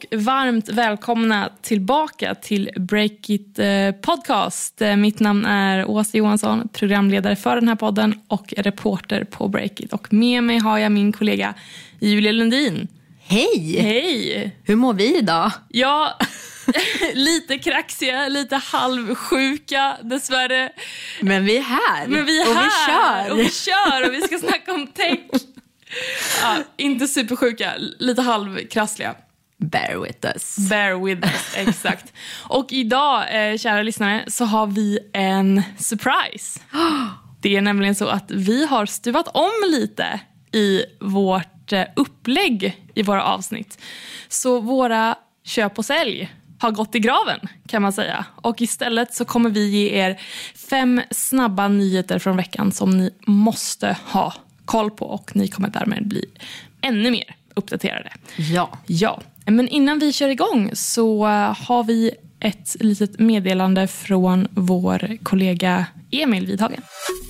varmt välkomna tillbaka till Breakit podcast. Mitt namn är Åsa Johansson, programledare för den här podden och reporter på Breakit. Och med mig har jag min kollega Julia Lundin. Hej! Hej! Hur mår vi idag? Ja, lite kraxiga, lite halvsjuka dessvärre. Men vi är här. Men vi är och här. vi kör. Och vi ska snacka om tech. Ja, inte supersjuka, lite halvkrassliga. Bear with us, exakt. Och idag, kära lyssnare, så har vi en surprise. Det är nämligen så att vi har stuvat om lite i vårt upplägg i våra avsnitt. Så våra köp och sälj har gått i graven, kan man säga. Och istället så kommer vi ge er 5 snabba nyheter från veckan som ni måste ha koll på. Och ni kommer därmed bli ännu mer uppdaterade. Ja. Men innan vi kör igång så har vi ett litet meddelande från vår kollega Emil Widhagen.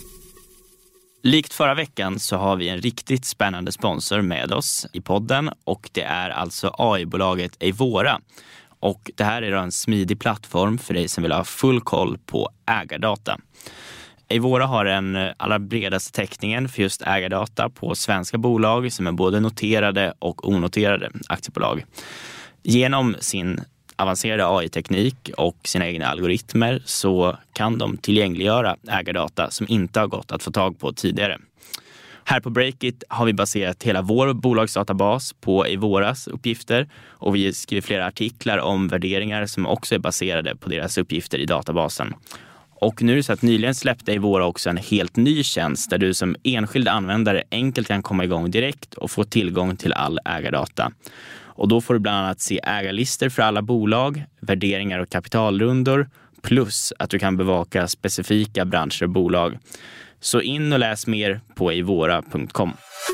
Likt förra veckan så har vi en riktigt spännande sponsor med oss i podden och det är alltså AI-bolaget Eivora. Och det här är då en smidig plattform för dig som vill ha full koll på ägardata. Eivora har den allra bredaste täckningen för just ägardata på svenska bolag som är både noterade och onoterade aktiebolag. Genom sin avancerade AI-teknik och sina egna algoritmer så kan de tillgängliggöra ägardata som inte har gått att få tag på tidigare. Här på Breakit har vi baserat hela vår bolagsdatabas på Eivoras uppgifter och vi skriver flera artiklar om värderingar som också är baserade på deras uppgifter i databasen. Och nu är det så att nyligen släppte Eivora också en helt ny tjänst där du som enskild användare enkelt kan komma igång direkt och få tillgång till all ägardata. Och då får du bland annat se ägarlistor för alla bolag, värderingar och kapitalrundor plus att du kan bevaka specifika branscher och bolag. Så in och läs mer på eivora.com.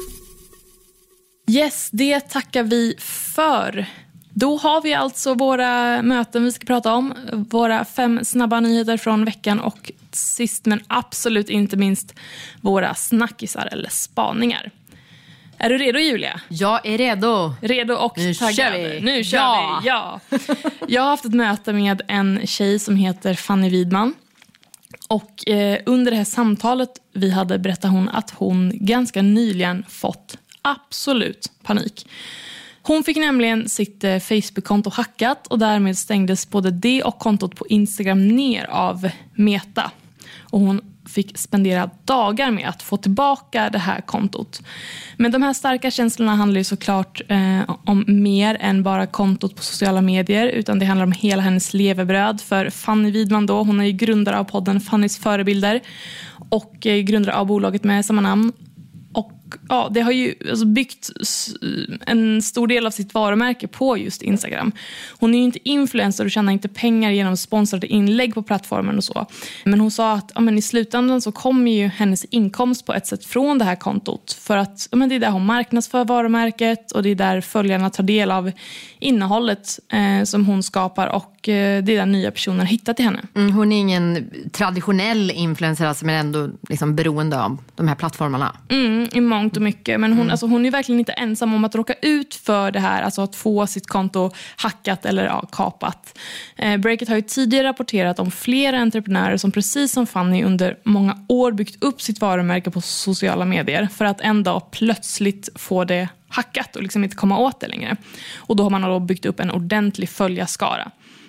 Yes, det tackar vi för. Då har vi alltså våra möten vi ska prata om. Våra 5 snabba nyheter från veckan och sist men absolut inte minst våra snackisar eller spaningar. Är du redo, Julia? Jag är redo. Redo och taggad. Nu kör vi. Ja. Jag har haft ett möte med en tjej som heter Fanny Widman. Och under det här samtalet vi hade berättade hon att hon ganska nyligen fått absolut panik. Hon fick nämligen sitt Facebook-konto hackat och därmed stängdes både det och kontot på Instagram ner av Meta. Och hon fick spendera dagar med att få tillbaka det här kontot. Men de här starka känslorna handlar ju såklart om mer än bara kontot på sociala medier, utan det handlar om hela hennes levebröd. För Fanny Widman då, hon är ju grundare av podden Fannys förebilder och grundare av bolaget med samma namn. Och ja, det har ju alltså byggt en stor del av sitt varumärke på just Instagram. Hon är ju inte influencer och tjänar inte pengar genom sponsrade inlägg på plattformen och så. Men hon sa att i slutändan så kommer ju hennes inkomst på ett sätt från det här kontot. För att det är där hon marknadsför varumärket och det är där följarna tar del av innehållet som hon skapar. Och det är där nya personer hittar till henne. Hon är ingen traditionell influencer alltså, men ändå liksom beroende av de här plattformarna. I mångt och mycket. Men hon är verkligen inte ensam om att råka ut för det här. Alltså att få sitt konto hackat eller kapat. Breakit har ju tidigare rapporterat om flera entreprenörer som precis som Fanny under många år byggt upp sitt varumärke på sociala medier. För att en dag plötsligt få det hackat och liksom inte komma åt det längre. Och då har man då byggt upp en ordentlig följarskara.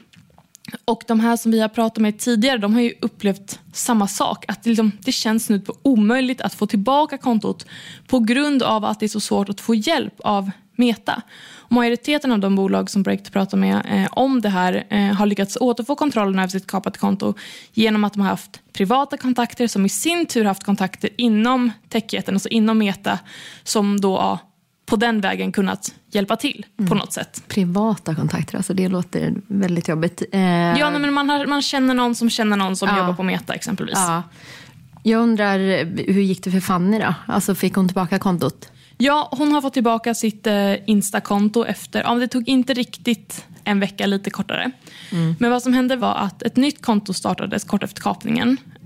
Och de här som vi har pratat med tidigare, de har ju upplevt samma sak. Att det känns nu på omöjligt att få tillbaka kontot på grund av att det är så svårt att få hjälp av Meta. Och majoriteten av de bolag som Breakit pratar med om det här har lyckats återfå kontrollen över sitt kapade konto genom att de har haft privata kontakter som i sin tur haft kontakter inom techjätten, alltså inom Meta, som då på den vägen kunnat hjälpa till på något sätt. Privata kontakter, alltså det låter väldigt jobbigt. Ja, men man känner någon som jobbar på Meta exempelvis. Ja. Jag undrar, hur gick det för Fanny då? Alltså fick hon tillbaka kontot? Ja, hon har fått tillbaka sitt Insta-konto efter, det tog inte riktigt en vecka, lite kortare. Men vad som hände var att ett nytt konto startades kort efter kapningen.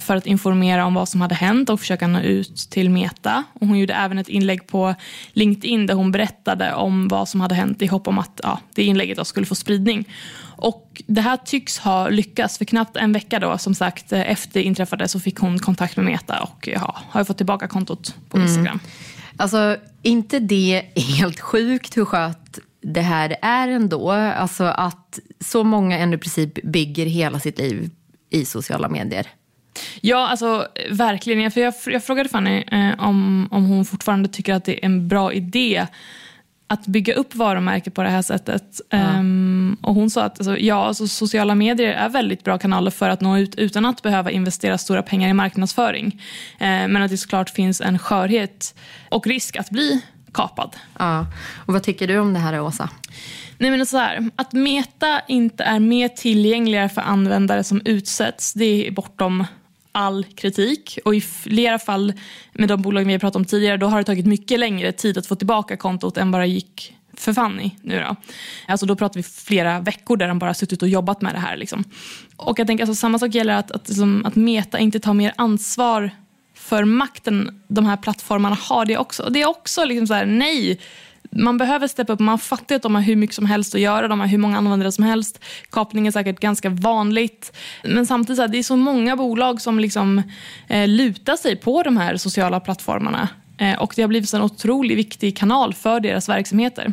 för att informera om vad som hade hänt och försöka nå ut till Meta. Och hon gjorde även ett inlägg på LinkedIn där hon berättade om vad som hade hänt i hopp om att det inlägget då skulle få spridning. Och det här tycks ha lyckats. För knappt en vecka då, som sagt, efter inträffade så fick hon kontakt med Meta och har fått tillbaka kontot på Instagram. Alltså, inte det helt sjukt hur skönt det här är ändå? Alltså att så många ändå i princip bygger hela sitt liv i sociala medier. Ja, alltså verkligen. För jag frågade Fanny om hon fortfarande tycker att det är en bra idé att bygga upp varumärken på det här sättet. Och hon sa att alltså, sociala medier är väldigt bra kanaler för att nå ut utan att behöva investera stora pengar i marknadsföring. Men att det såklart finns en skörhet och risk att bli kapad. Ja. Och vad tycker du om det här, Åsa? Nej, men så här, att Meta inte är mer tillgängliga för användare som utsätts, det är bortom all kritik. Och i flera fall med de bolag vi har pratat om tidigare, då har det tagit mycket längre tid att få tillbaka kontot än bara gick för Fanny nu då. Alltså då pratar vi flera veckor där de bara suttit och jobbat med det här liksom. Och jag tänker alltså samma sak gäller att Meta inte tar mer ansvar för makten de här plattformarna har det också. Och det är också liksom så här, nej, man behöver steppa upp. Man fattar att de har hur mycket som helst att göra. De har hur många användare som helst. Kapning är säkert ganska vanligt. Men samtidigt så här, det är så många bolag som liksom lutar sig på de här sociala plattformarna. Och det har blivit en otroligt viktig kanal för deras verksamheter.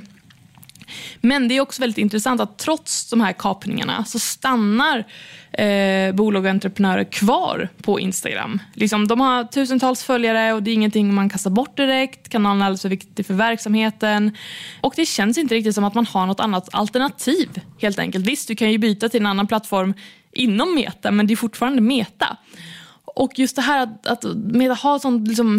Men det är också väldigt intressant att trots de här kapningarna så stannar bolag och entreprenörer kvar på Instagram. Liksom, de har tusentals följare och det är ingenting man kastar bort direkt. Kanalen är alldeles för viktig för verksamheten. Och det känns inte riktigt som att man har något annat alternativ helt enkelt. Visst, du kan ju byta till en annan plattform inom Meta, men det är fortfarande Meta. Och just det här att Meta har sånt liksom,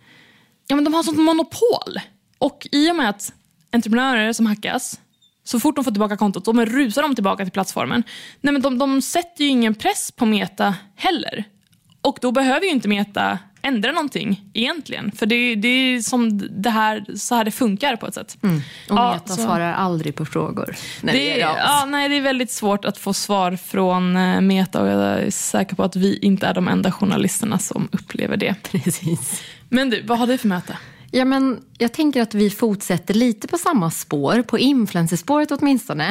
men de har sånt monopol. Och i och med att entreprenörer som hackas, så fort de får tillbaka kontot, de rusar de tillbaka till plattformen. Nej, men de sätter ju ingen press på Meta heller. Och då behöver ju inte Meta ändra någonting egentligen. För det är som så här det funkar på ett sätt. Och Meta svarar aldrig på frågor. Det är väldigt svårt att få svar från Meta. Och jag är säker på att vi inte är de enda journalisterna som upplever det. Precis. Men du, vad har du för möte? Ja, men jag tänker att vi fortsätter lite på samma spår, på influencerspåret åtminstone.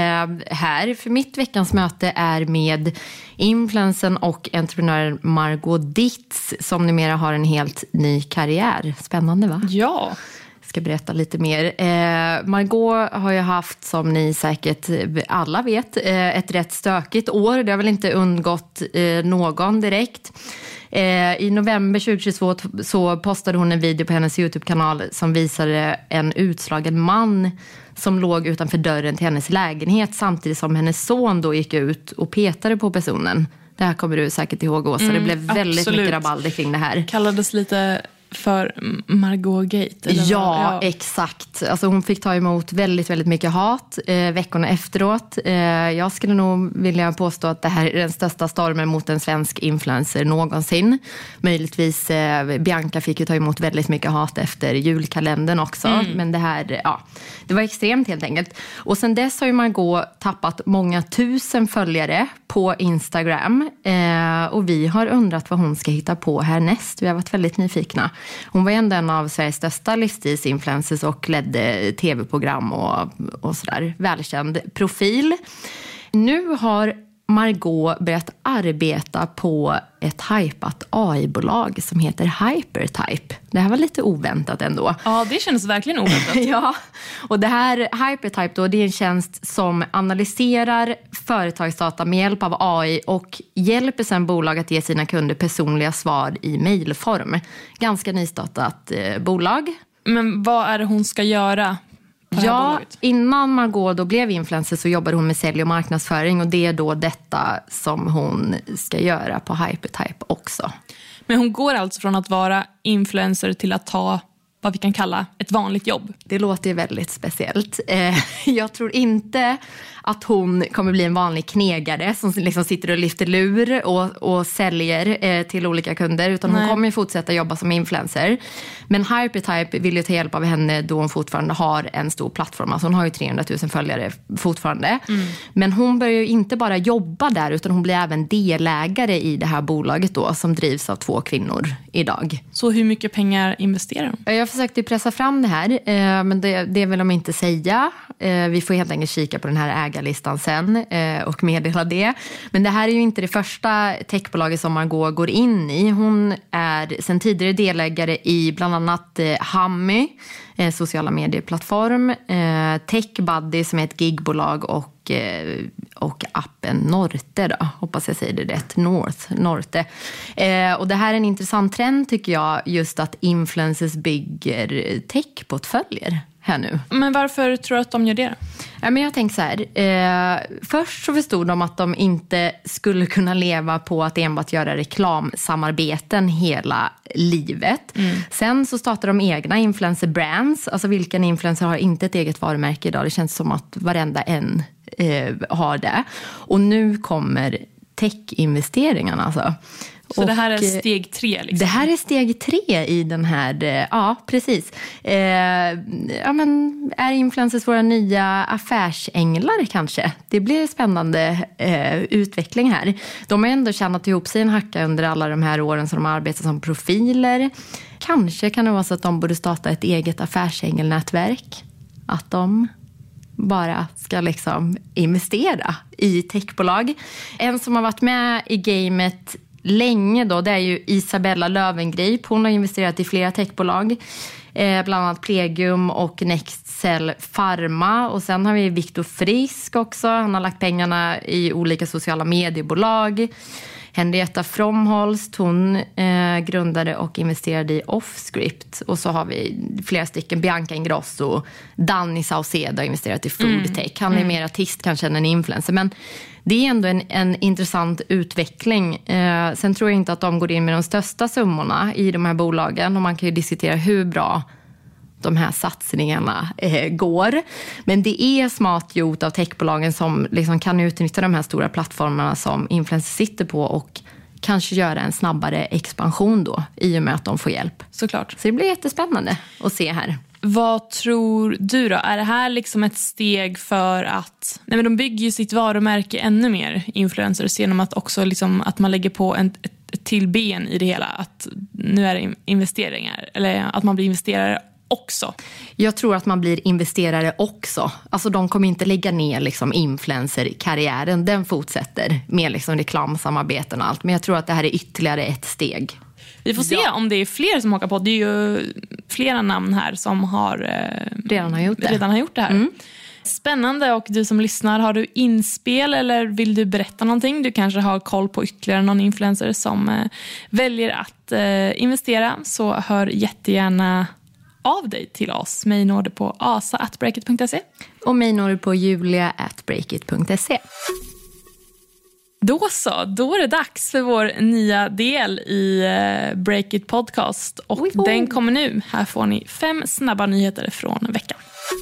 Här, för mitt veckans möte är med influencern och entreprenören Margot Dietz, som numera har en helt ny karriär. Spännande, va? Ja. Ska berätta lite mer. Margot har ju haft, som ni säkert alla vet, ett rätt stökigt år. Det har väl inte undgått någon direkt. I november 2022 så postade hon en video på hennes YouTube-kanal som visade en utslagen man som låg utanför dörren till hennes lägenhet samtidigt som hennes son då gick ut och petade på personen. Det här kommer du säkert ihåg, Åsa. Det blev väldigt mycket rabalder kring det här. Kallades lite för Margot Gate. Eller ja, exakt. Alltså hon fick ta emot väldigt, väldigt mycket hat veckorna efteråt. Jag skulle nog vilja påstå att det här är den största stormen mot en svensk influencer någonsin. Möjligtvis Bianca fick ju ta emot väldigt mycket hat efter julkalendern också. Men det här, det var extremt helt enkelt. Och sen dess har ju Margot tappat många tusen följare på Instagram. Och vi har undrat vad hon ska hitta på härnäst. Vi har varit väldigt nyfikna. Hon var ändå en av Sveriges största livsstilsinfluencers och ledde tv-program och sådär. Välkänd profil. Nu har Margot börjat arbeta på ett hypat AI-bolag som heter Hypertype. Det här var lite oväntat ändå. Ja, det känns verkligen oväntat. Ja, och det här Hypertype då, det är en tjänst som analyserar företagsdata med hjälp av AI och hjälper sedan bolag att ge sina kunder personliga svar i mejlform. Ganska nystartat bolag. Men vad är det hon ska göra? Ja, innan Margot då blev influencer så jobbade hon med sälj och marknadsföring och det är då detta som hon ska göra på Hypertype också. Men hon går alltså från att vara influencer till att ta vad vi kan kalla ett vanligt jobb. Det låter ju väldigt speciellt. Jag tror inte att hon kommer bli en vanlig knegare som liksom sitter och lyfter lur och säljer till olika kunder. Utan hon kommer ju fortsätta jobba som influencer. Men Hypertype vill ju ta hjälp av henne då hon fortfarande har en stor plattform. Alltså hon har ju 300 000 följare fortfarande. Men hon börjar ju inte bara jobba där utan hon blir även delägare i det här bolaget då som drivs av 2 kvinnor idag. Så hur mycket pengar investerar de? Jag försökte pressa fram det här men det vill de inte säga. Vi får helt enkelt kika på den här ägarlistan sen och meddela det. Men det här är ju inte det första techbolaget som Margot går in i. Hon är sen tidigare delägare i bland annat Hammy, sociala medieplattform, TechBuddy som är ett gigbolag och appen Norte då. Hoppas jag säger det rätt. Norte. Och det här är en intressant trend tycker jag, just att influencers bygger techportföljer här nu. Men varför tror du att de gör det? Ja, men jag tänker så här. Först så förstod de att de inte skulle kunna leva på att enbart göra reklamsamarbeten hela livet. Sen så startade de egna influencer brands. Alltså vilken influencer har inte ett eget varumärke idag? Det känns som att varenda en har det. Och nu kommer tech-investeringarna alltså. Så det här är steg 3 liksom? Det här är steg 3 i den här, ja precis. Ja, men är influencers våra nya affärsänglar kanske? Det blir spännande utveckling här. De har ändå tjänat ihop sig en hacka under alla de här åren som de har arbetat som profiler. Kanske kan det vara så att de borde starta ett eget affärsängelnätverk. Att de bara ska liksom investera i techbolag. En som har varit med i gamet länge då, det är ju Isabella Löwengrip. Hon har investerat i flera techbolag. Bland annat Plegium och Nextcell Pharma. Och sen har vi Viktor Frisk också. Han har lagt pengarna i olika sociala mediebolag. Henrietta Fromholst, hon grundade och investerade i Offscript. Och så har vi flera stycken, Bianca Ingrosso, Danny Saucedo har investerat i Foodtech. Han är mer artist kanske än en influencer. Men det är ändå en intressant utveckling. Sen tror jag inte att de går in med de största summorna i de här bolagen. Och man kan ju diskutera hur bra de här satsningarna går. Men det är smart gjort av techbolagen som liksom kan utnyttja de här stora plattformarna som influencers sitter på och kanske göra en snabbare expansion då i och med att de får hjälp. Såklart. Så det blir jättespännande att se här. Vad tror du då? Är det här liksom ett steg för att... Nej, men de bygger ju sitt varumärke ännu mer, influencers, genom att också liksom, att man lägger på ett till ben i det hela. Att nu är det investeringar. Eller att man blir investerare också. Jag tror att man blir investerare också. Alltså de kommer inte lägga ner liksom influencer-karriären. Den fortsätter med liksom reklamsamarbeten och allt. Men jag tror att det här är ytterligare ett steg. Vi får se om det är fler som hakar på. Det är ju flera namn här som har redan har gjort det här. Spännande, och du som lyssnar, har du inspel eller vill du berätta någonting? Du kanske har koll på ytterligare någon influencer som väljer att investera, så hör jättegärna av dig till oss. Mig når du på asa@breakit.se och mig når du på julia@breakit.se. Då är det dags för vår nya del i Breakit Podcast. Och den kommer nu. Här får ni 5 snabba nyheter från veckan.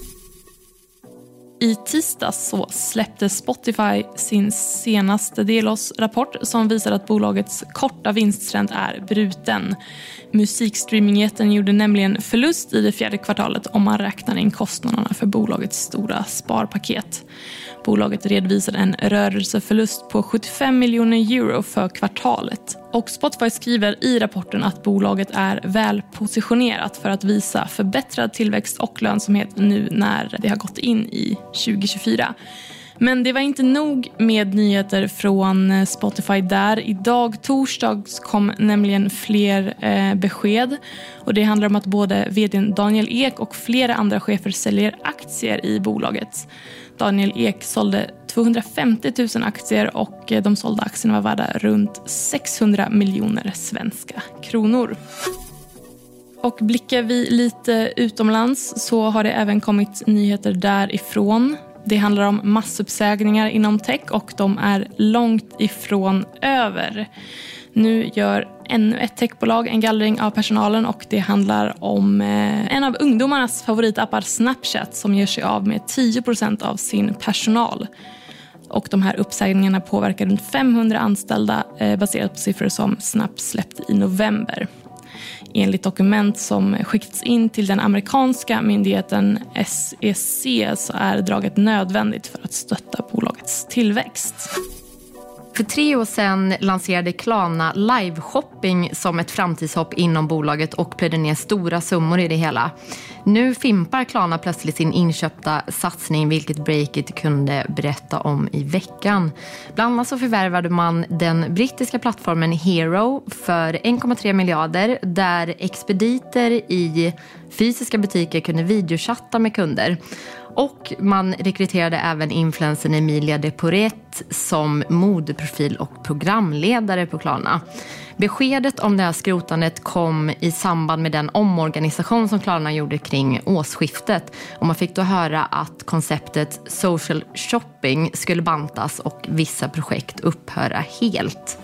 I tisdags så släppte Spotify sin senaste delårsrapport som visar att bolagets korta vinsttrend är bruten. Musikstreamingjätten gjorde nämligen förlust i det 4:e kvartalet om man räknar in kostnaderna för bolagets stora sparpaket. Bolaget redovisade en rörelseförlust på 75 miljoner euro för kvartalet. Och Spotify skriver i rapporten att bolaget är väl positionerat för att visa förbättrad tillväxt och lönsamhet nu när det har gått in i 2024. Men det var inte nog med nyheter från Spotify där. Idag torsdags kom nämligen fler besked. Och det handlar om att både vdn Daniel Ek och flera andra chefer säljer aktier i bolaget. Daniel Ek sålde 250 000 aktier och de sålda aktierna var värda runt 600 miljoner svenska kronor. Och blickar vi lite utomlands så har det även kommit nyheter därifrån. Det handlar om massuppsägningar inom tech och de är långt ifrån över. Nu gör ännu ett techbolag en gallring av personalen, och det handlar om en av ungdomarnas favoritappar, Snapchat, som ger sig av med 10% av sin personal. Och de här uppsägningarna påverkar runt 500 anställda baserat på siffror som Snap släppte i november. Enligt dokument som skickats in till den amerikanska myndigheten SEC så är draget nödvändigt för att stötta bolagets tillväxt. För 3 år sedan lanserade Klarna live-shopping som ett framtidshopp inom bolaget och plöjde ner stora summor i det hela. Nu fimpar Klarna plötsligt sin inköpta satsning, vilket Breakit kunde berätta om i veckan. Bland annat så förvärvade man den brittiska plattformen Hero för 1,3 miljarder där expediter i fysiska butiker kunde videochatta med kunder. Och man rekryterade även influencern Emilia de Porret som modeprofil och programledare på Klarna. Beskedet om det här skrotandet kom i samband med den omorganisation som Klarna gjorde kring årsskiftet. Och man fick då höra att konceptet social shopping skulle bantas och vissa projekt upphöra helt.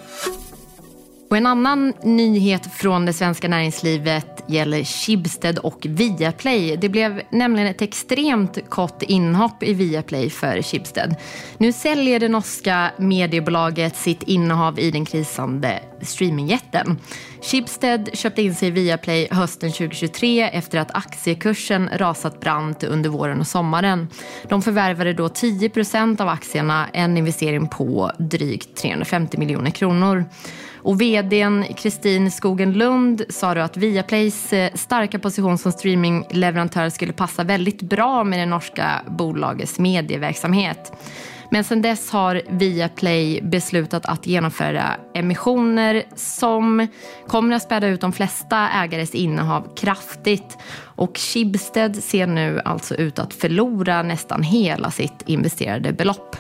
Och en annan nyhet från det svenska näringslivet gäller Schibsted och Viaplay. Det blev nämligen ett extremt kort inhopp i Viaplay för Schibsted. Nu säljer det norska mediebolaget sitt innehav i den krisande streamingjätten. Schibsted köpte in sig i Viaplay hösten 2023 efter att aktiekursen rasat brant under våren och sommaren. De förvärvade då 10% av aktierna, en investering på drygt 350 miljoner kronor. Och vdn Kristin Skogen-Lund sa då att Viaplays starka position som streamingleverantör skulle passa väldigt bra med det norska bolagets medieverksamhet. Men sedan dess har Viaplay beslutat att genomföra emissioner som kommer att späda ut de flesta ägares innehav kraftigt. Och Schibsted ser nu alltså ut att förlora nästan hela sitt investerade belopp.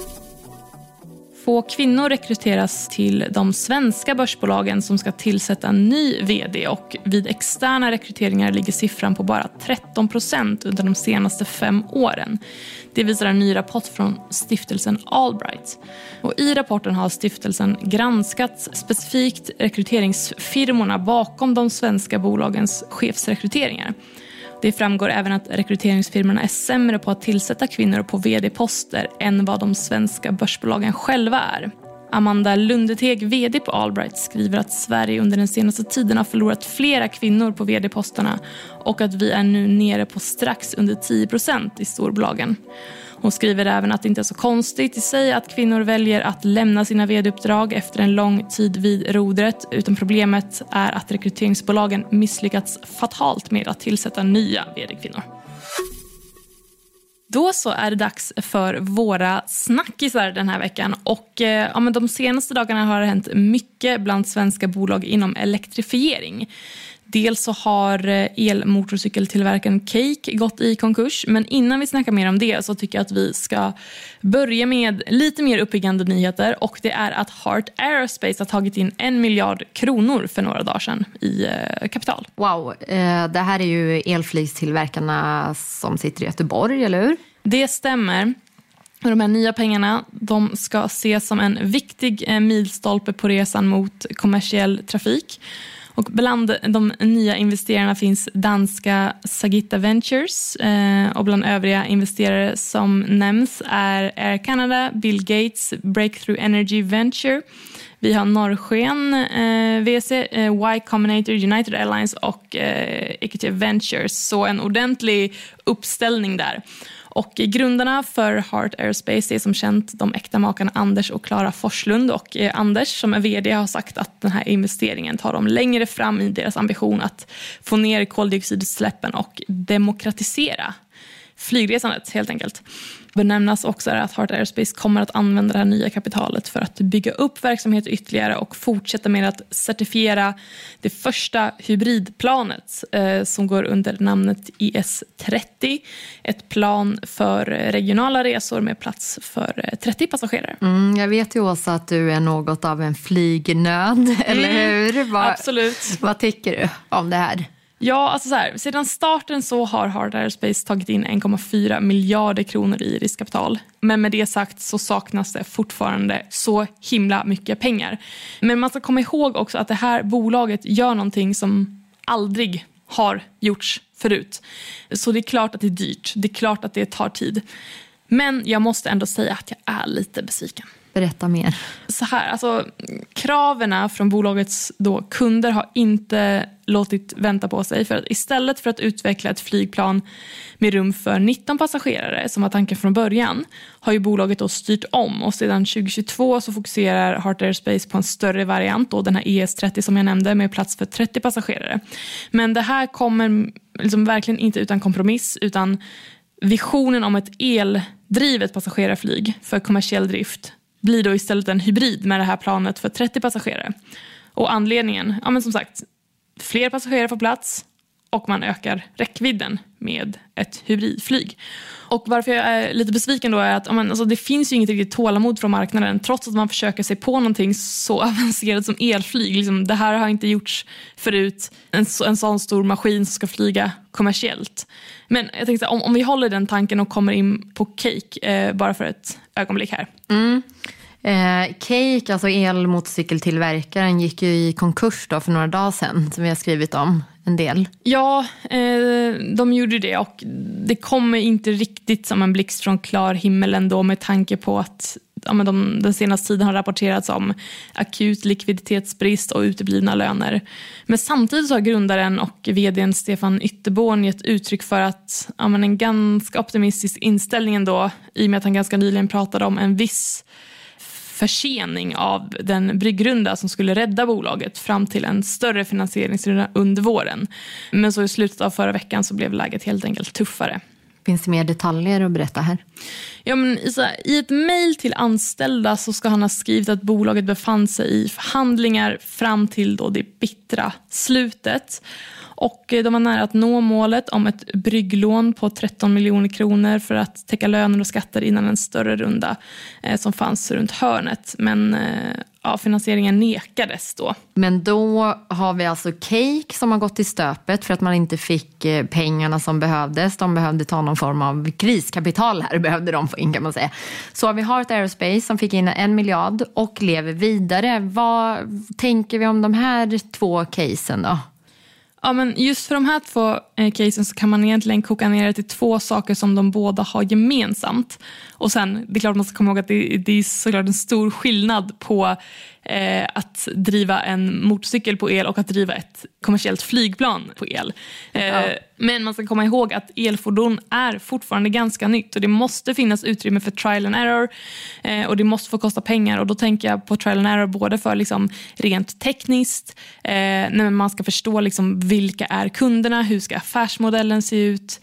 Få kvinnor rekryteras till de svenska börsbolagen som ska tillsätta en ny vd, och vid externa rekryteringar ligger siffran på bara 13% under de senaste 5 åren. Det visar en ny rapport från stiftelsen Allbright. Och i rapporten har stiftelsen granskat specifikt rekryteringsfirmorna bakom de svenska bolagens chefsrekryteringar. Det framgår även att rekryteringsfirmorna är sämre på att tillsätta kvinnor på vd-poster än vad de svenska börsbolagen själva är. Amanda Lundeteg, vd på Allbright, skriver att Sverige under den senaste tiden har förlorat flera kvinnor på vd-posterna och att vi är nu nere på strax under 10% i storbolagen. Hon skriver även att det inte är så konstigt i sig att kvinnor väljer att lämna sina vd-uppdrag efter en lång tid vid rodret, utan problemet är att rekryteringsbolagen misslyckats fatalt med att tillsätta nya vd-kvinnor. Då så är det dags för våra snackisar den här veckan. Och men de senaste dagarna har det hänt mycket bland svenska bolag inom elektrifiering. Dels så har elmotorcykeltillverkaren Cake gått i konkurs. Men innan vi snackar mer om det så tycker jag att vi ska börja med lite mer uppiggande nyheter. Och det är att Heart Aerospace har tagit in 1 miljard kronor för några dagar sedan i kapital. Wow, det här är ju elflygstillverkarna som sitter i Göteborg, eller hur? Det stämmer. Och de här nya pengarna, de ska ses som en viktig milstolpe på resan mot kommersiell trafik. Och bland de nya investerarna finns danska Sagitta Ventures, och bland övriga investerare som nämns är Air Canada, Bill Gates, Breakthrough Energy Venture. Vi har Norrsken, VC, Y Combinator, United Airlines och Equity Ventures. Så en ordentlig uppställning där. Och grundarna för Heart Aerospace är som känt de äkta makarna Anders och Klara Forslund. Och Anders som är vd har sagt att den här investeringen tar dem längre fram i deras ambition att få ner koldioxidutsläppen och demokratisera flygresandet helt enkelt. Benämnas också att Heart Aerospace kommer att använda det här nya kapitalet för att bygga upp verksamhet ytterligare och fortsätta med att certifiera det första hybridplanet som går under namnet IS-30. Ett plan för regionala resor med plats för 30 passagerare. Jag vet ju också att du är något av en flygnörd, eller hur? Absolut. Vad tycker du om det här? Ja, alltså så här, sedan starten så har Heart Aerospace tagit in 1,4 miljarder kronor i riskkapital. Men med det sagt så saknas det fortfarande så himla mycket pengar. Men man ska komma ihåg också att det här bolaget gör någonting som aldrig har gjorts förut. Så det är klart att det är dyrt. Det är klart att det tar tid. Men jag måste ändå säga att jag är lite besviken. Berätta mer. Så här, alltså kraven från bolagets kunder har inte låtit vänta på sig. För att istället för att utveckla ett flygplan med rum för 19 passagerare som var tanken från början, har ju bolaget då styrt om. Och sedan 2022 så fokuserar Heart Aerospace på en större variant, då den här ES-30 som jag nämnde, med plats för 30 passagerare. Men det här kommer liksom verkligen inte utan kompromiss, utan visionen om ett eldrivet passagerarflyg för kommersiell drift blir då istället en hybrid med det här planet för 30 passagerare. Och anledningen, ja men som sagt, fler passagerare får plats och man ökar räckvidden med ett hybridflyg. Och varför jag är lite besviken då är att alltså, det finns ju inget riktigt tålamod från marknaden trots att man försöker sig på någonting så avancerat som elflyg. Liksom, det här har inte gjorts förut, en sån stor maskin som ska flyga kommersiellt. Men jag tänkte om vi håller den tanken och kommer in på Cake bara för ett ögonblick här. Cake, alltså elmotorcykeltillverkaren, gick ju i konkurs då för några dagar sedan, som vi har skrivit om en del. Ja, de gjorde det och det kommer inte riktigt som en blixt från klar himmel ändå, med tanke på att den senaste tiden har rapporterats om akut likviditetsbrist och uteblivna löner. Men samtidigt så har grundaren och vdn Stefan Ytterborn gett uttryck för att en ganska optimistisk inställning ändå, i och med att han ganska nyligen pratade om en viss försening av den bryggrunda som skulle rädda bolaget fram till en större finansieringsrunda under våren. Men så i slutet av förra veckan så blev läget helt enkelt tuffare. Finns det mer detaljer att berätta här? Ja, men i ett mejl till anställda så ska han ha skrivit att bolaget befann sig i förhandlingar fram till då det bittra slutet. Och de var nära att nå målet om ett brygglån på 13 miljoner kronor för att täcka löner och skatter innan en större runda som fanns runt hörnet. Men finansieringen nekades då. Men då har vi alltså Cake som har gått i stöpet för att man inte fick pengarna som behövdes. De behövde ta någon form av kriskapital här, behövde de få in, kan man säga. Så har vi Heart Aerospace som fick in 1 miljard och lever vidare. Vad tänker vi om de här två casen då? Ja, men just för de här två casen så kan man egentligen koka ner det till två saker som de båda har gemensamt. Och sen, det är klart man ska komma ihåg att det är såklart en stor skillnad på att driva en motorcykel på el och att driva ett kommersiellt flygplan på el. Men man ska komma ihåg att elfordon är fortfarande ganska nytt och det måste finnas utrymme för trial and error och det måste få kosta pengar, och då tänker jag på trial and error både för liksom rent tekniskt, när man ska förstå liksom vilka är kunderna, hur ska affärsmodellen se ut,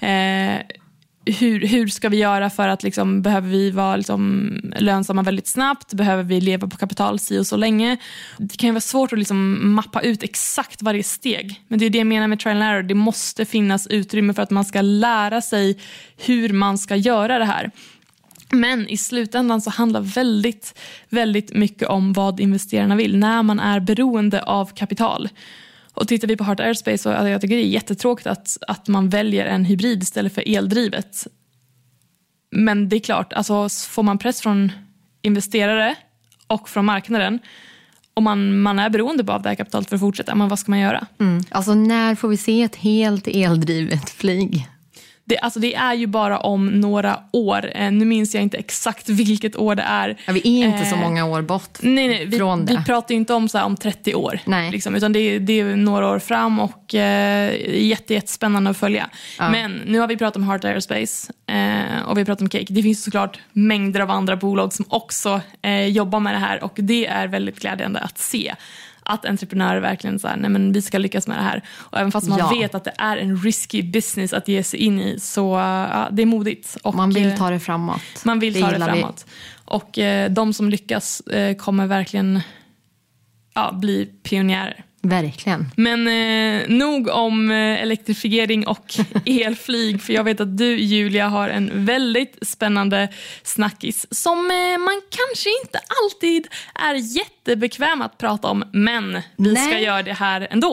hur ska vi göra för att liksom, behöver vi vara liksom lönsamma väldigt snabbt, behöver vi leva på kapital så länge. Det kan ju vara svårt att liksom mappa ut exakt varje steg, men det är det jag menar med trial and error. Det måste finnas utrymme för att man ska lära sig hur man ska göra det här. Men i slutändan så handlar väldigt, väldigt mycket om vad investerarna vill när man är beroende av kapital. Och tittar vi på Heart Aerospace så jag tycker det är jättetråkigt att man väljer en hybrid istället för eldrivet. Men det är klart, alltså får man press från investerare och från marknaden och man är beroende av det här kapitalet för att fortsätta, men vad ska man göra? Alltså när får vi se ett helt eldrivet flyg? Det är ju bara om några år. Nu minns jag inte exakt vilket år det är. Ja, vi är inte så många år bort från det. Vi pratar ju inte om, om 30 år. Liksom, utan det är några år fram och jättespännande att följa. Ja. Men nu har vi pratat om Heart Aerospace och vi har pratat om Cake. Det finns såklart mängder av andra bolag som också jobbar med det här, och det är väldigt glädjande att se att entreprenörer verkligen så här, nej men vi ska lyckas med det här. Och även fast man vet att det är en risky business att ge sig in i, så det är modigt. Och man vill ta det framåt. Man vill ta det framåt. Och de som lyckas kommer verkligen bli pionjärer. Verkligen. Men nog om elektrifiering och elflyg, för jag vet att du, Julia, har en väldigt spännande snackis som man kanske inte alltid är jättebekväm att prata om, men vi ska göra det här ändå.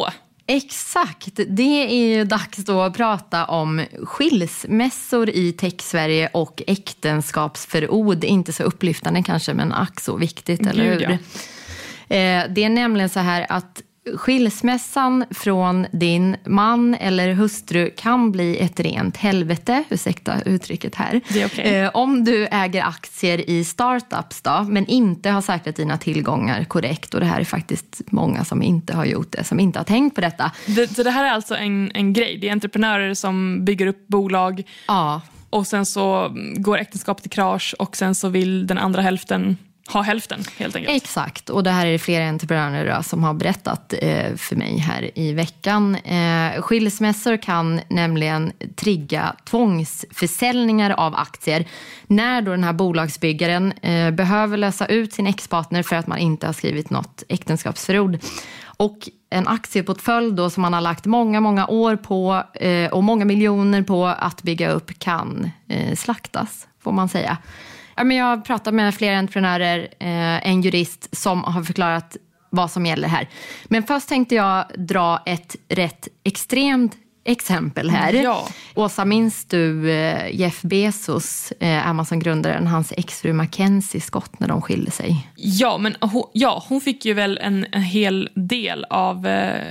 Exakt, det är ju dags då att prata om skilsmässor i Tech-Sverige och äktenskapsförord. Inte så upplyftande kanske, men ack så viktigt, eller hur? Ja. Det är nämligen så här att skilsmässan från din man eller hustru kan bli ett rent helvete, ursäkta uttrycket här. Det är okay. Om du äger aktier i startups då, men inte har säkrat dina tillgångar korrekt. Och det här är faktiskt många som inte har gjort det, som inte har tänkt på detta. Så det här är alltså en grej, det är entreprenörer som bygger upp bolag. Ja. Och sen så går äktenskapet i krasch och sen så vill den andra hälften ha hälften, helt enkelt. Exakt, och det här är det flera entreprenörer som har berättat för mig här i veckan. Skilsmässor kan nämligen trigga tvångsförsäljningar av aktier när då den här bolagsbyggaren behöver lösa ut sin ex-partner för att man inte har skrivit något äktenskapsförord. Och en aktieportfölj då som man har lagt många år på och många miljoner på att bygga upp kan slaktas, får man säga. Jag har pratat med flera entreprenörer, en jurist som har förklarat vad som gäller här. Men först tänkte jag dra ett rätt extremt exempel här. Ja. Åsa, minns du Jeff Bezos, Amazon-grundaren, hans exfru Mackenzie Scott när de skilde sig? Ja, men hon fick ju väl en hel del av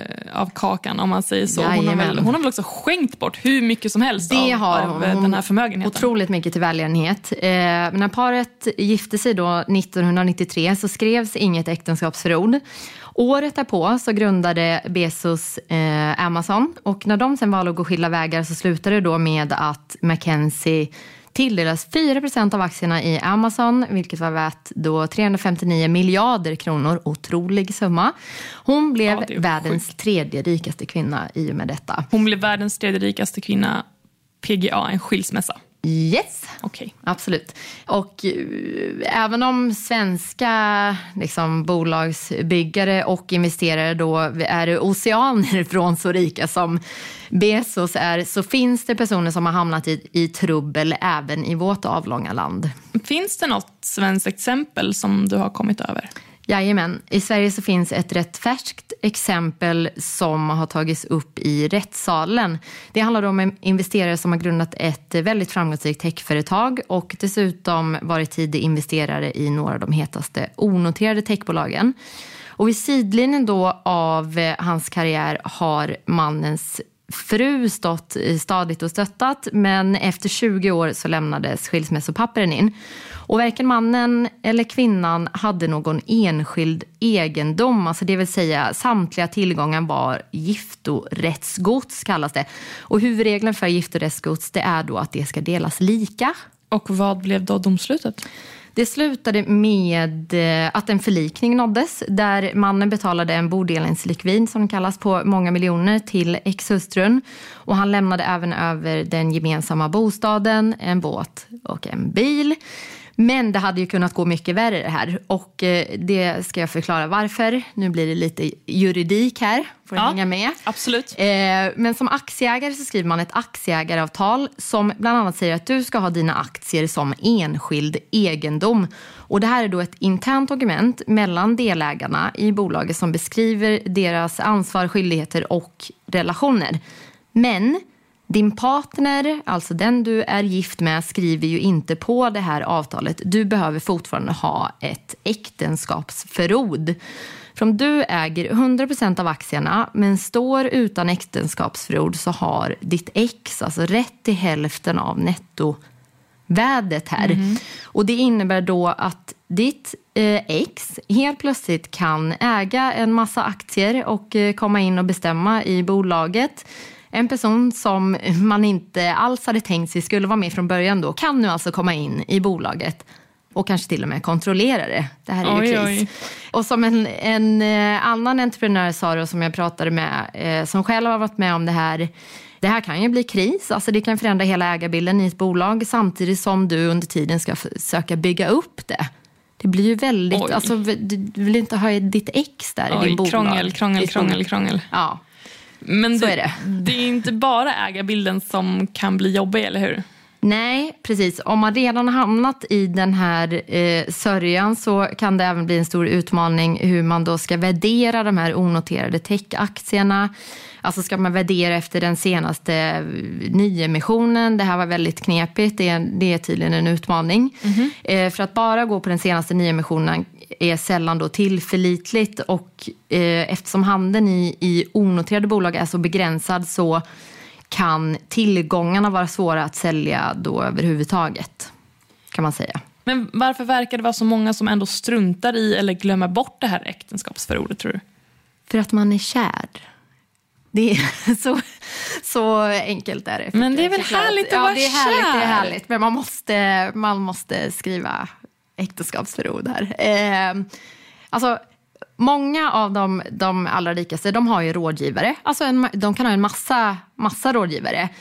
kakan, om man säger så. Hon har väl också skänkt bort hur mycket som helst av den här förmögenheten. Otroligt mycket till välgörenhet. Men när paret gifte sig då 1993 så skrevs inget äktenskapsförord. Året därpå så grundade Bezos Amazon, och när de sen valde att gå skilda vägar så slutade det då med att Mackenzie tilldelas 4% av aktierna i Amazon, vilket var värt då 359 miljarder kronor, otrolig summa. Hon blev världens tredje rikaste kvinna i och med detta. Hon blev världens tredje rikaste kvinna, PGA, en skilsmässa. Yes, okay. Absolut. Och även om svenska bolagsbyggare och investerare då är oceaner från så rika som Bezos är, så finns det personer som har hamnat i trubbel även i vårt avlånga land. Finns det något svenskt exempel som du har kommit över? Jajamän. I Sverige så finns ett rätt färskt exempel som har tagits upp i rättssalen. Det handlar om en investerare som har grundat ett väldigt framgångsrikt techföretag och dessutom varit tidig investerare i några av de hetaste onoterade techbolagen. Och vid sidlinjen då av hans karriär har mannens fru stått stadigt och stöttat, men efter 20 år så lämnades skilsmässopapperen in. Och varken mannen eller kvinnan hade någon enskild egendom, alltså det vill säga samtliga tillgångar var giftorättsgods kallas det. Och huvudregeln för giftorättsgods det är då att det ska delas lika. Och vad blev då domslutet? Det slutade med att en förlikning nåddes där mannen betalade en bodelningslikvid som kallas på många miljoner till ex-hustrun. Och han lämnade även över den gemensamma bostaden, en båt och en bil. Men det hade ju kunnat gå mycket värre det här. Och det ska jag förklara varför. Nu blir det lite juridik här. Får du hänga med? Absolut. Men som aktieägare så skriver man ett aktieägaravtal som bland annat säger att du ska ha dina aktier som enskild egendom. Och det här är då ett internt dokument mellan delägarna i bolaget som beskriver deras ansvar, skyldigheter och relationer. Men din partner, alltså den du är gift med, skriver ju inte på det här avtalet. Du behöver fortfarande ha ett äktenskapsförord. För om du äger 100% av aktierna men står utan äktenskapsförord så har ditt ex alltså rätt till hälften av nettovärdet här. Och det innebär då att ditt ex helt plötsligt kan äga en massa aktier och komma in och bestämma i bolaget. En person som man inte alls hade tänkt sig skulle vara med från början då kan nu alltså komma in i bolaget och kanske till och med kontrollera det. Det här är ju kris. Oj. Och som en annan entreprenör sa då, som jag pratade med, som själv har varit med om det här kan ju bli kris. Alltså det kan förändra hela ägarbilden i ett bolag samtidigt som du under tiden ska försöka bygga upp det. Det blir ju väldigt, alltså du vill inte ha ditt ex där i din bolag. Krångel. Ja. Men så är det. Det är inte bara ägarbilden som kan bli jobbig, eller hur? Nej, precis. Om man redan har hamnat i den här sörjan så kan det även bli en stor utmaning hur man då ska värdera de här onoterade tech-aktierna. Alltså ska man värdera efter den senaste nyemissionen. Det här var väldigt knepigt. Det är tydligen en utmaning. För att bara gå på den senaste nyemissionen är sällan då tillförlitligt. Och eftersom handeln i onoterade bolag är så begränsad så kan tillgångarna vara svåra att sälja då överhuvudtaget, kan man säga. Men varför verkar det vara så många som ändå struntar i eller glömmer bort det här äktenskapsförordet, tror du? För att man är kär. Det är så enkelt är det. Men det är väl härligt att vara kär? Det är härligt. Men man måste skriva äktenskapsförord här. Alltså, många av de allra rikaste, de har ju rådgivare. Alltså de kan ha en massa rådgivare.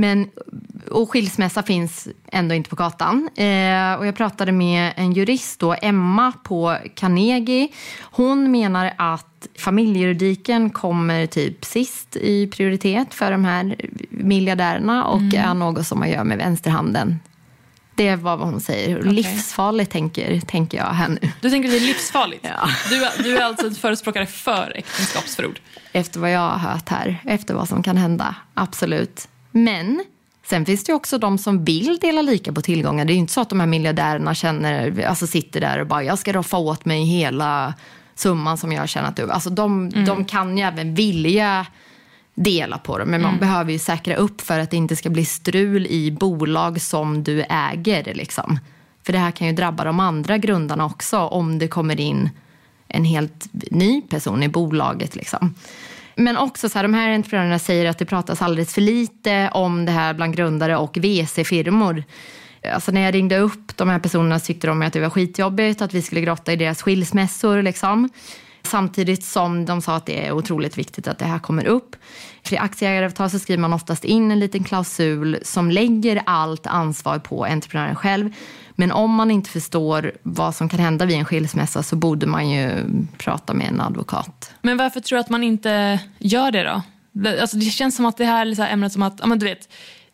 Och skilsmässa finns ändå inte på kartan. Och jag pratade med en jurist då, Emma på Carnegie. Hon menar att familjejuridiken kommer typ sist i prioritet för de här miljardärerna. Och är något som man gör med vänsterhanden. Det var vad hon säger. Okay. Livsfarligt tänker jag här nu. Du tänker att det är livsfarligt? Ja. Du är alltså ett förespråkare för äktenskapsförord? Efter vad jag har hört här. Efter vad som kan hända. Absolut. Men sen finns det ju också de som vill dela lika på tillgångar. Det är ju inte så att de här miljardärerna sitter där och bara jag ska roffa åt mig hela summan som jag har tjänat upp. Alltså de kan ju även vilja dela på dem. Men man behöver ju säkra upp för att det inte ska bli strul i bolag som du äger. Liksom. För det här kan ju drabba de andra grundarna också om det kommer in en helt ny person i bolaget. Liksom. Men också så här, de här entreprenörerna säger att det pratas alldeles för lite om det här bland grundare och VC-firmor. Alltså när jag ringde upp de här personerna tyckte de att det var skitjobbigt att vi skulle grotta i deras skilsmässor liksom. Samtidigt som de sa att det är otroligt viktigt att det här kommer upp. För i aktieägaravtal så skriver man oftast in en liten klausul som lägger allt ansvar på entreprenören själv. Men om man inte förstår vad som kan hända vid en skilsmässa så borde man ju prata med en advokat. Men varför tror du att man inte gör det då? Alltså det känns som att det här är så här ämnet som att, ja men du vet,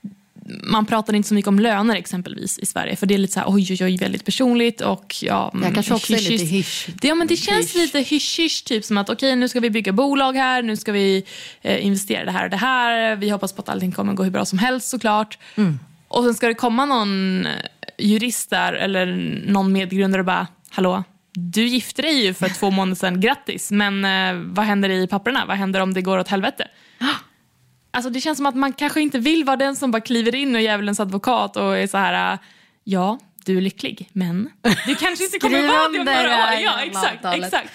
man pratar inte så mycket om löner exempelvis i Sverige. För det är lite så här, oj, väldigt personligt. Och ja, det kanske också är lite hysch. Ja, men det känns lite hysch typ som att okej, nu ska vi bygga bolag här. Nu ska vi investera det här och det här. Vi hoppas på att allting kommer gå hur bra som helst såklart. Och sen ska det komma någon jurist där eller någon medgrundare och bara, hallå, du gifte dig ju för 2 månader sedan, grattis. Men vad händer i papperna? Vad händer om det går åt helvete? Alltså det känns som att man kanske inte vill vara den som bara kliver in och är djävulens advokat och är så här, ja, du är lycklig, men du kanske inte kommer vara det om några år. Ja, exakt.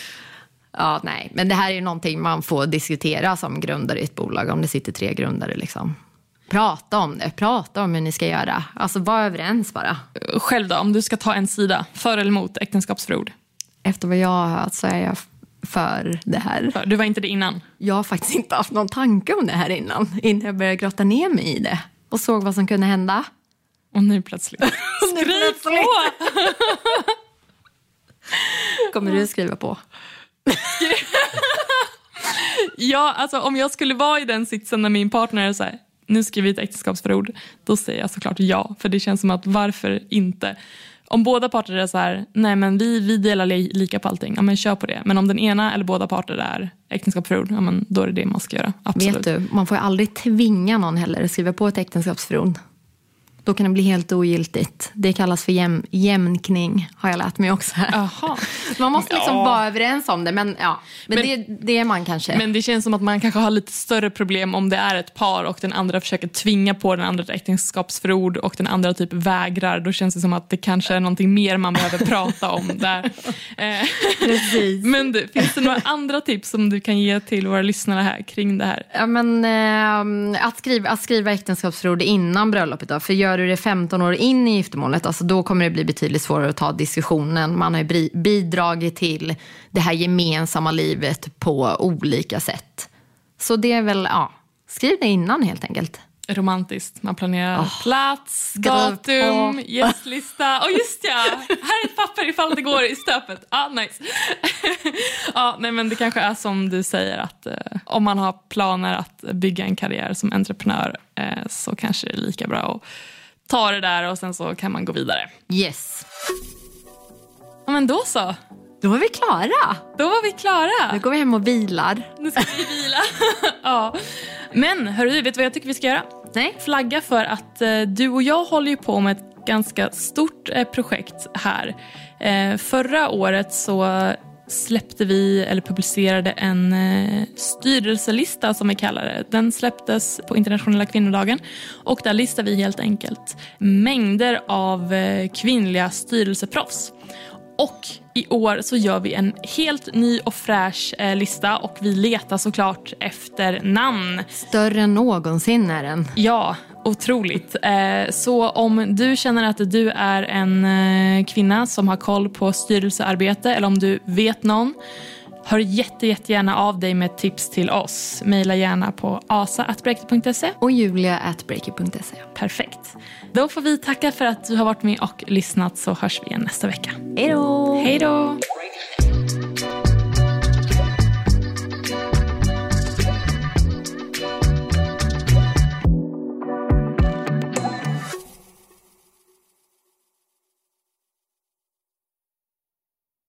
Ja, nej, men det här är ju någonting man får diskutera som grundare i ett bolag om det sitter 3 grundare liksom. Prata om hur ni ska göra. Alltså var överens bara. Själv då, om du ska ta en sida, för eller emot äktenskapsförord? Efter vad jag har hört så är jag för det här. Du var inte det innan? Jag har faktiskt inte haft någon tanke om det här innan jag började grotta ner mig i det. Och såg vad som kunde hända. Och nu plötsligt. Skriv på! Kommer du skriva på? Ja, alltså om jag skulle vara i den sitsen när min partner är så här, nu skriver vi ett äktenskapsförord, då säger jag såklart ja. För det känns som att varför inte? Om båda parter är så här, nej men vi delar lika på allting, ja men kör på det. Men om den ena eller båda parter är äktenskapsförord, ja men då är det man ska göra, absolut. Vet du, man får ju aldrig tvinga någon heller att skriva på ett äktenskapsförord. Då kan det bli helt ogiltigt. Det kallas för jämkning, har jag lärt mig också här. Aha. Man måste liksom vara överens om det, men det är man kanske. Men det känns som att man kanske har lite större problem om det är ett par och den andra försöker tvinga på den andra ett äktenskapsförord och den andra typ vägrar. Då känns det som att det kanske är någonting mer man behöver prata om där. Precis. Men du, finns det några andra tips som du kan ge till våra lyssnare här kring det här? Ja, men att skriva äktenskapsförord innan bröllopet då, för gör du det 15 år in i giftermålet, alltså då kommer det bli betydligt svårare att ta diskussionen. Man har ju bidragit till det här gemensamma livet på olika sätt. Så det är väl, skriv det innan helt enkelt. Romantiskt. Man planerar plats, datum, gästlista. Och just här är ett papper ifall det går i stöpet. Nice. Nej, men det kanske är som du säger att om man har planer att bygga en karriär som entreprenör så kanske det är lika bra att ta det där och sen så kan man gå vidare. Yes. Ja, men då så. Då var vi klara. Nu går vi hem och vilar. Nu ska vi vila. Ja. Men hörru, vet du vad jag tycker vi ska göra? Nej. Flagga för att du och jag håller ju på med ett ganska stort projekt här. Förra året så släppte vi, eller publicerade en styrelselista som vi kallar det. Den släpptes på internationella kvinnodagen och där listar vi helt enkelt mängder av kvinnliga styrelseproffs. Och i år så gör vi en helt ny och fräsch lista och vi letar såklart efter namn. Större än någonsin är den. Ja, otroligt. Så om du känner att du är en kvinna som har koll på styrelsearbete eller om du vet någon, hör jättegärna av dig med tips till oss. Maila gärna på asa@breakit.se och julia@breakit.se. Perfekt. Då får vi tacka för att du har varit med och lyssnat, så hörs vi igen nästa vecka. Hej då! Hej då!